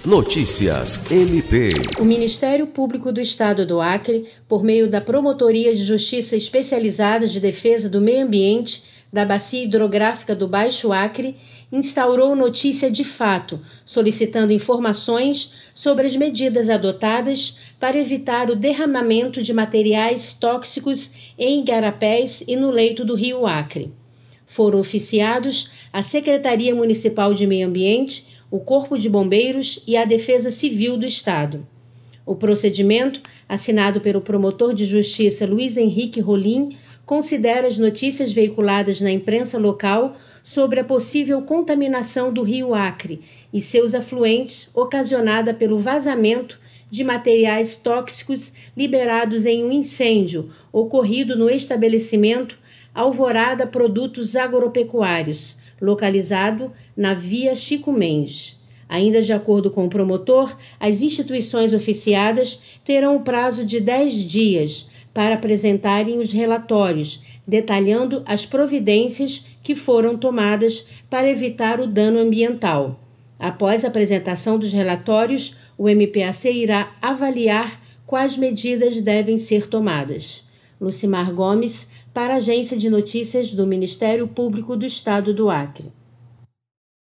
Notícias MP. O Ministério Público do Estado do Acre, por meio da Promotoria de Justiça Especializada de Defesa do Meio Ambiente da Bacia Hidrográfica do Baixo Acre, instaurou notícia de fato, solicitando informações sobre as medidas adotadas para evitar o derramamento de materiais tóxicos em igarapés e no leito do Rio Acre. Foram oficiados a Secretaria Municipal de Meio Ambiente, o Corpo de Bombeiros e a Defesa Civil do Estado. O procedimento, assinado pelo promotor de justiça Luiz Henrique Rolim, considera as notícias veiculadas na imprensa local sobre a possível contaminação do Rio Acre e seus afluentes ocasionada pelo vazamento de materiais tóxicos liberados em um incêndio ocorrido no estabelecimento Alvorada Produtos Agropecuários, localizado na Via Chico Mendes. Ainda de acordo com o promotor, as instituições oficiadas terão o prazo de 10 dias para apresentarem os relatórios, detalhando as providências que foram tomadas para evitar o dano ambiental. Após a apresentação dos relatórios, o MPAC irá avaliar quais medidas devem ser tomadas. Lucimar Gomes, para a Agência de Notícias do Ministério Público do Estado do Acre.